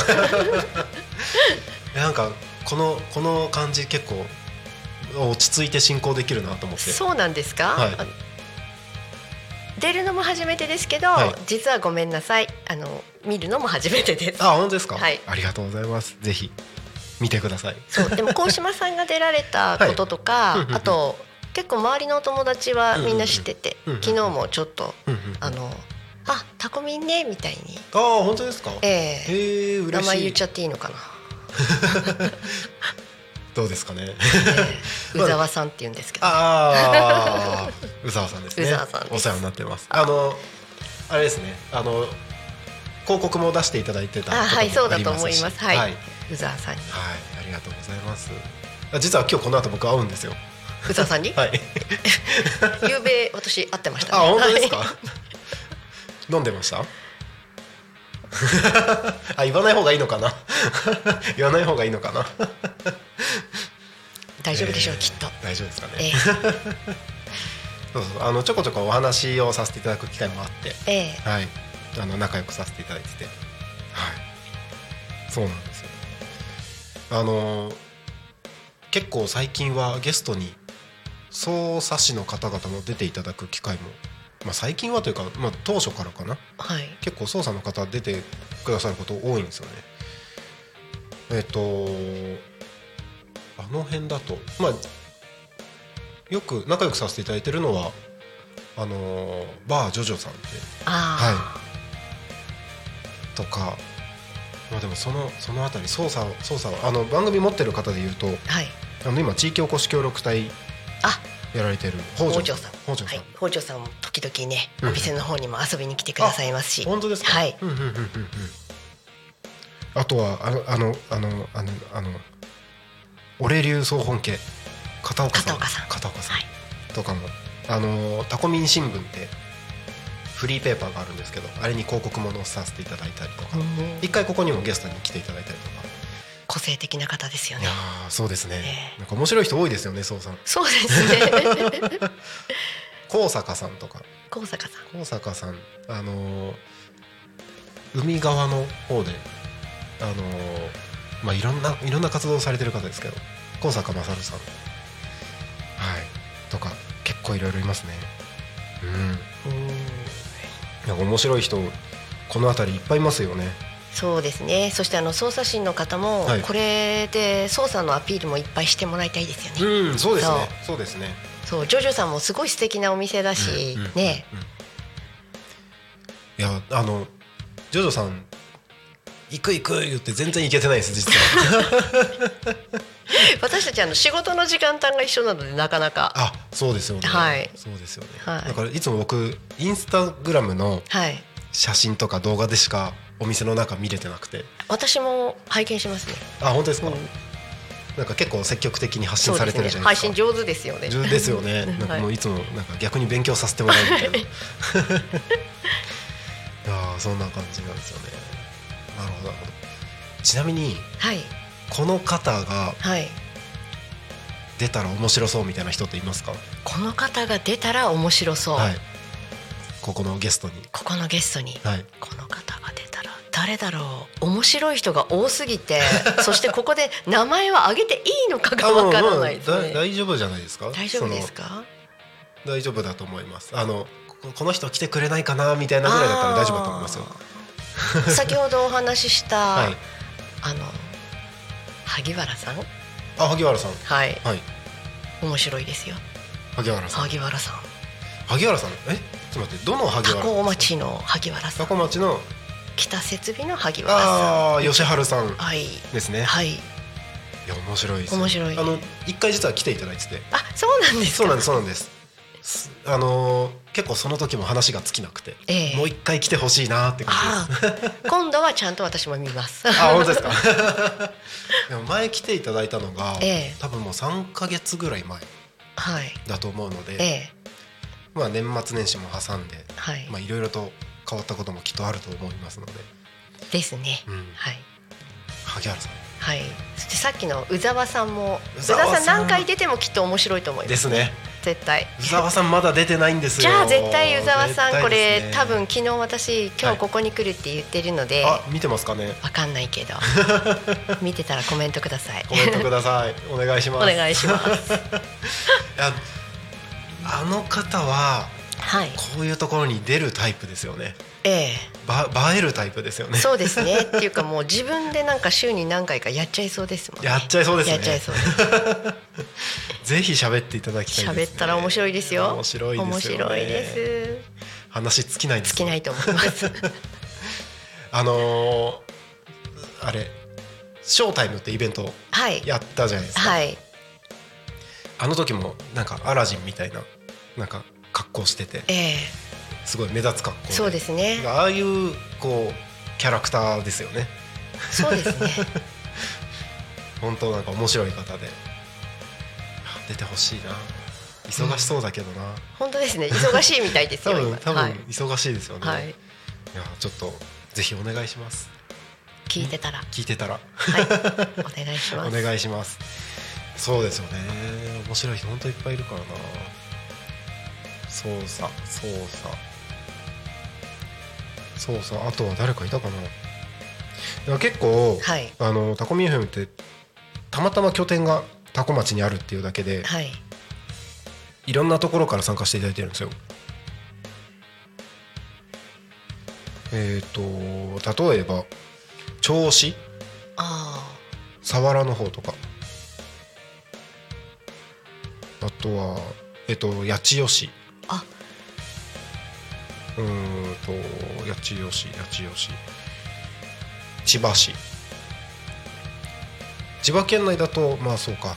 なんかこの感じ結構落ち着いて進行できるなと思って。 そうなんですか？はい、出るのも初めてですけど、はい、実はごめんなさい、見るのも初めてです。 本当ですか？ はい、 ありがとうございます。ぜひ見てください。 そうでも高島さんが出られたこととか、はい、あと結構周りのお友達はみんな知ってて、昨日もちょっとタコミンねみたいに。 本当ですか？ 嬉しい。名前言っちゃっていいのかなどうですかね。 宇沢さんって言うんですけど。 宇沢さんですね。 宇沢さんです。 お世話になってます。あれですね。広告も出していただいてたこともありますし。はい、そうだと思います。はい。宇沢さんに。はい、ありがとうございます。実は今日この後僕会うんですよ。 宇沢さんに？はい。昨べ私会ってましたね。 本当ですか？飲んでました？言わない方がいいのかな言わない方がいいのかな大丈夫でしょう、きっと大丈夫ですかね、そうちょこちょこお話をさせていただく機会もあって、はい、仲良くさせていただいてて、はい、そうなんですよ。結構最近はゲストに捜査士の方々も出ていただく機会も、最近はというか、当初からかな、 はい、 結構捜査の方出てくださること多いんですよね。あの辺だと、よく仲良くさせていただいてるのはバージョジョさんで、はい、とか、でもそのあたり捜査番組持ってる方でいうと、はい、今地域おこし協力隊やられてる北条さん、 北条さんも時々ね、お店の方にも遊びに来てくださいますし。 本当ですか。はい。あとは俺流総本家片岡さんとかもタコミン新聞ってフリーペーパーがあるんですけど、あれに広告も載せさせていただいたりとか、一回ここにもゲストに来ていただいたりとか。 個性的な方ですよね。 いやそうですね、なんか面白い人多いですよね、そうさん。 そうですね高坂さんとか。高坂さん海側の方でいろんな活動をされてる方ですけど、高坂勝さん、はいとか結構いろいろいますね。なんか面白い人この辺りいっぱいいますよね。 そうですね。そして捜査審の方も、これで捜査のアピールもいっぱいしてもらいたいですよね。 そうですね。そうですね。 そう、ジョジョさんもすごい素敵なお店だし、ね。 いやジョジョさん行く言って全然行けてないです実は。 私たち仕事の時間帯が一緒なのでなかなか。 そうですよね。 はい。 そうですよね。だからいつも僕インスタグラムの写真とか動画でしかお店の中見れてなくて。 私も拝見しますね。 本当ですか。なんか結構積極的に発信されてるじゃないですか。 配信上手ですよね。 上手ですよね。なんかもういつもなんか逆に勉強させてもらうみたいな。そんな感じなんですよね。なるほど。ちなみに、この方が出たら面白そうみたいな人っていますか？ この方が出たら面白そう。 ここのゲストに。 この方が出たら誰だろう。面白い人が多すぎて、そしてここで名前を挙げていいのかがわからないですね。 大丈夫じゃないですか？ 大丈夫ですか？ 大丈夫だと思います。この人来てくれないかなみたいなぐらいだったら大丈夫だと思いますよ。 先ほどお話しした萩原さん。 萩原さん。はい。 面白いですよ。 萩原さん。 ちょっと待って、どの萩原さん？ 多古町の萩原さん。 多古町の北設備の萩原さん。 吉春さんですね。はい。いや面白いです。 面白い。 一回実は来ていただいてて。 そうなんですか。 そうなんです。結構その時も話が尽きなくて、もう一回来てほしいなって感じです。 今度はちゃんと私も見ます。 本当ですか。でも前来ていただいたのが、多分もう3ヶ月ぐらい前だと思うので、年末年始も挟んで、いろいろと変わったこともきっとあると思いますので。 ですね。 萩原さん。 そしてさっきの宇沢さんも、宇沢さん何回出てもきっと面白いと思います。 ですね。 絶対。 宇沢さんまだ出てないんですよ。 じゃあ絶対宇沢さん、これ多分昨日私今日ここに来るって言ってるので、 見てますかね。 わかんないけど見てたらコメントください。 コメントください。お願いします。 お願いします。 あの方はこういうところに出るタイプですよね。映えるタイプですよね。 そうですね。っていうかもう自分でなんか週に何回かやっちゃいそうですもんね。 やっちゃいそうですね。 やっちゃいそうです。 ぜひ喋っていただきたいですね。 喋ったら面白いですよ。 面白いですよね。 面白いです。 話尽きないです。 尽きないと思います。 あれショータイムってイベントやったじゃないですか。あの時もなんかアラジンみたいななんか格好してて、すごい目立つ格好で。 そうですね。 ああいうこうキャラクターですよね。 そうですね。 本当なんか面白い方で出てほしいな。忙しそうだけどな。 本当ですね。忙しいみたいですよ。 多分忙しいですよね。いやちょっとぜひお願いします。 聞いてたら。お願いします。 お願いします。そうですよね。面白い人本当いっぱいいるからな。捜査、あとは誰かいたかな。結構、タコミ FM ってたまたま拠点が多古町にあるっていうだけで、 いろんなところから参加していただいてるんですよ。例えば銚子、佐原の方とか、あとは八千代市、八千代市、千葉市、千葉県内だとまあそうか、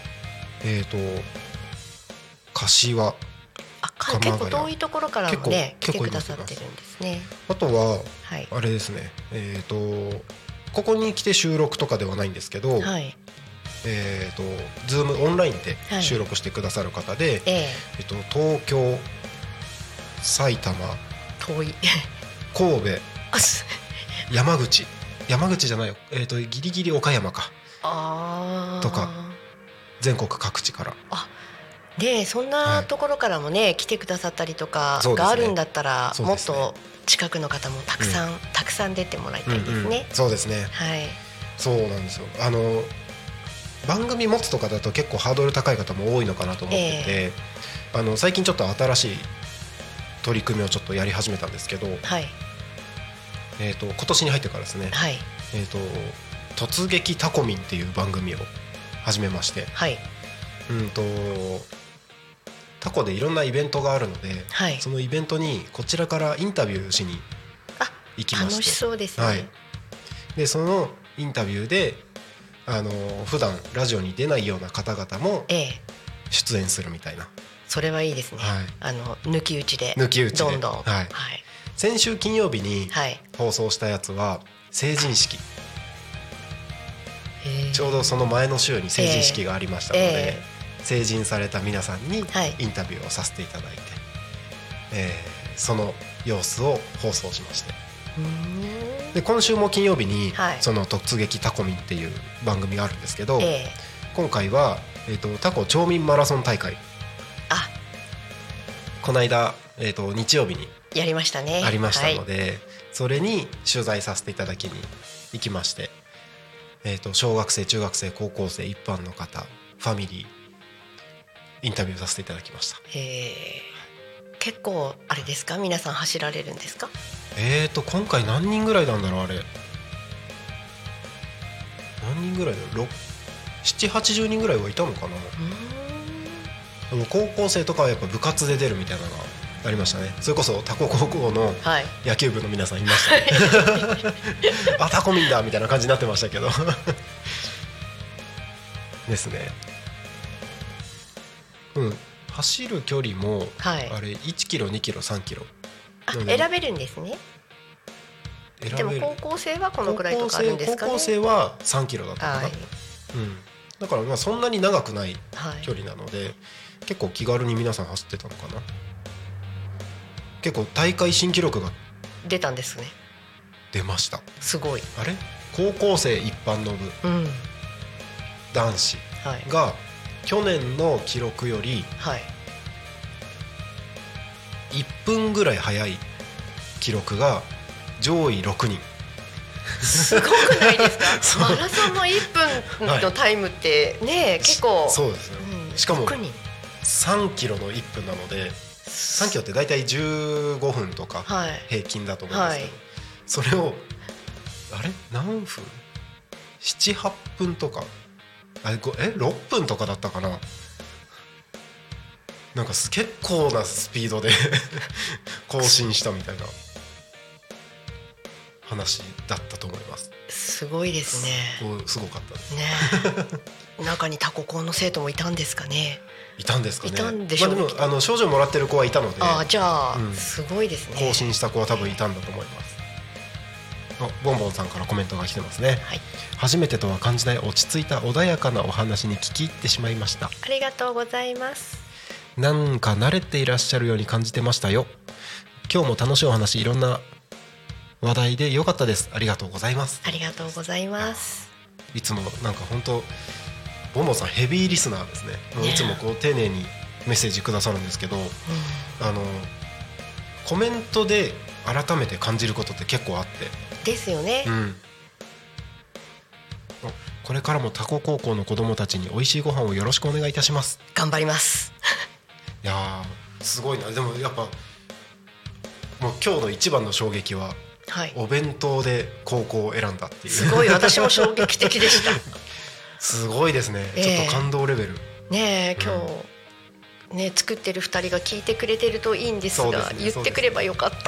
柏、 結構遠いところからもね来てくださってるんですね。 あとは、あれですね、ここに来て収録とかではないんですけど、Zoom オンラインで収録してくださる方で、東京、埼玉、 遠い神戸、山口じゃないよ、ギリギリ岡山かとか、全国各地から。 でそんなところからもね、来てくださったりとかがあるんだったら、もっと近くの方もたくさん出てもらいたいですね。 そうですね、そうなんですよ。番組持つとかだと結構ハードル高い方も多いのかなと思ってて、最近ちょっと新しい取り組みをちょっとやり始めたんですけど、今年に入ってからですね、突撃タコミンっていう番組を始めまして、タコでいろんなイベントがあるので、そのイベントにこちらからインタビューしに行きまして、 楽しそうですね。 でそのインタビューで普段ラジオに出ないような方々も出演するみたいな、 それはいいですね。抜き打ちでどんどん、 先週金曜日に放送したやつは成人式、ちょうどその前の週に成人式がありましたので、成人された皆さんにインタビューをさせていただいて、その様子を放送しまして、で今週も金曜日にその突撃タコミンっていう番組があるんですけど、今回はタコ町民マラソン大会、この間日曜日にやりましたね、 ありましたので、それに取材させていただきに行きまして、小学生、中学生、高校生、一般の方、ファミリーインタビューさせていただきました。 結構あれですか、皆さん走られるんですか？ 今回何人ぐらいなんだろう、あれ何人ぐらいだろう、7、80人ぐらいはいたのかな。高校生とかはやっぱ部活で出るみたいなのがありましたね。それこそタコ高校の野球部の皆さんいましたね、タコミンだみたいな感じになってましたけどですね。走る距離も、あれ1キロ、2キロ、3キロ選べるんですね。でも高校生はこのくらいとかあるんですかね。 高校生は3キロだったかな、だからまあそんなに長くない距離なので、結構気軽に皆さん走ってたのかな。結構大会新記録が出たんですね。 出ました。 すごい。 あれ高校生一般の部、男子が去年の記録より1分ぐらい早い記録が上位6人。 すごくないですか？マラソンの1分のタイムってね、結構そうですよ、しかも3キロの1分なので、3キロって大体15分とか平均だと思うんですけど、それを何分 7,8 分とか6分とかだったかな。なんか結構なスピードで更新したみたいな話だったと思います。 すごいですね。 すごかったですね。中にタコ校の生徒もいたんですかね。 いたんですかね。 いたんでしょう。 でも賞状もらってる子はいたので、 じゃあ、すごいですね。 更新した子は多分いたんだと思います。ボンボンさんからコメントが来てますね、初めてとは感じない落ち着いた穏やかなお話に聞き入ってしまいました。 ありがとうございます。 なんか慣れていらっしゃるように感じてましたよ。今日も楽しいお話、いろんな話題で良かったです。ありがとうございます。 ありがとうございます。 いつもなんか本当ボンボンさんヘビーリスナーですね。いつもこう丁寧にメッセージくださるんですけど、コメントで改めて感じることって結構あってですよね、 これからもタコ高校の子どもたちに美味しいご飯をよろしくお願いいたします。 頑張りますいやすごいな。でもやっぱもう今日の一番の衝撃は、はい、お弁当で高校を選んだっていう。 すごい、私も衝撃的でしたすごいですね、ちょっと感動レベルね。今日、ね、作ってる2人が聞いてくれてるといいんですが、言ってくればよかった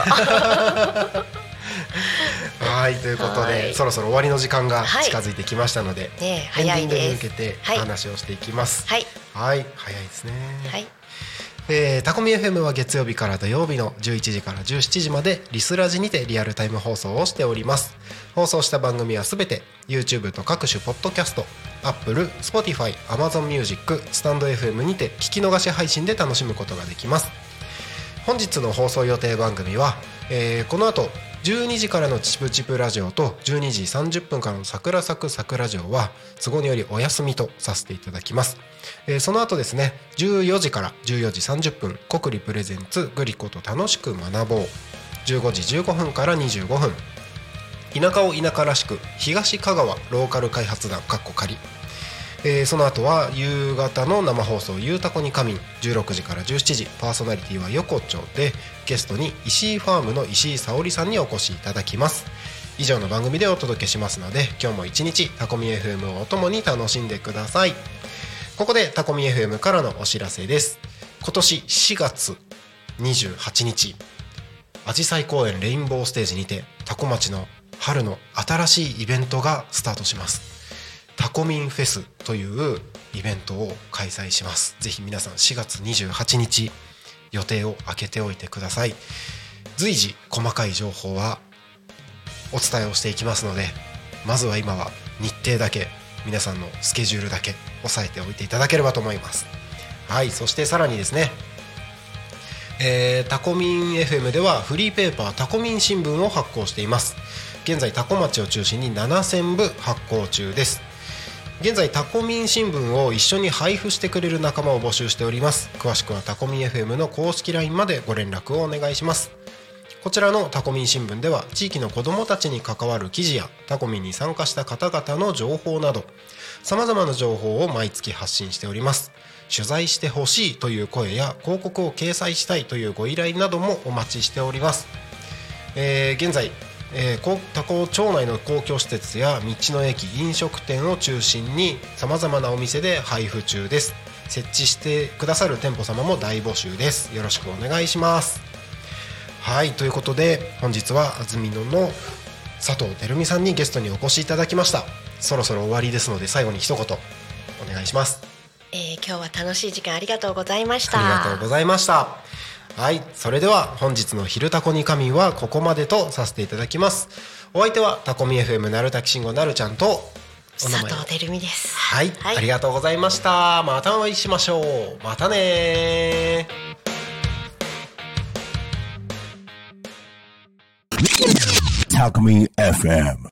はい、ということで、そろそろ終わりの時間が近づいてきましたので、エンディングに向けてお話をしていきます。はい、早いですね。はい、タコミ FM は月曜日から土曜日の11時から17時までリスラジにてリアルタイム放送をしております。放送した番組はすべて YouTube と各種ポッドキャスト、Apple、Spotify、Amazon Music、スタンド FM にて聞き逃し配信で楽しむことができます。本日の放送予定番組は、この後12時からのチプチプラジオと12時30分からの桜咲く桜ジオは都合によりお休みとさせていただきます。その後ですね、14時から14時30分国立プレゼンツグリコと楽しく学ぼう、15時15分から25分田舎を田舎らしく東香川ローカル開発団仮、その後は夕方の生放送ゆうたこに仮眠、16時から17時パーソナリティは横丁でゲストに石井ファームの石井沙織さんにお越しいただきます。以上の番組でお届けしますので、今日も一日タコミ FM をおともに楽しんでください。ここでタコミ FM からのお知らせです。今年4月28日あじさい公園レインボーステージにてタコ町の春の新しいイベントがスタートします。タコミンフェスというイベントを開催します。ぜひ皆さん4月28日予定を空けておいてください。随時細かい情報はお伝えをしていきますので、まずは今は日程だけ、皆さんのスケジュールだけ押さえておいていただければと思います。はい、そしてさらにですね、タコミン FM ではフリーペーパータコミン新聞を発行しています。現在タコ町を中心に7000部発行中です。現在タコミン新聞を一緒に配布してくれる仲間を募集しております。詳しくはタコミン FM の公式 LINE までご連絡をお願いします。こちらのタコミン新聞では地域の子どもたちに関わる記事やタコミンに参加した方々の情報などさまざまな情報を毎月発信しております。取材してほしいという声や広告を掲載したいというご依頼などもお待ちしております。現在タコ町内の公共施設や道の駅、飲食店を中心にさまざまなお店で配布中です。設置してくださる店舗様も大募集です。よろしくお願いします。はい、ということで本日は安曇野の佐藤照美さんにゲストにお越しいただきました。そろそろ終わりですので最後に一言お願いします。 今日は楽しい時間ありがとうございました。 ありがとうございました。はい、それでは本日の昼タコに仮眠はここまでとさせていただきます。お相手はタコミ FM なるたきしんごなるちゃんと佐藤照美です。 はい、ありがとうございました。またお会いしましょう。またね。タコミ FM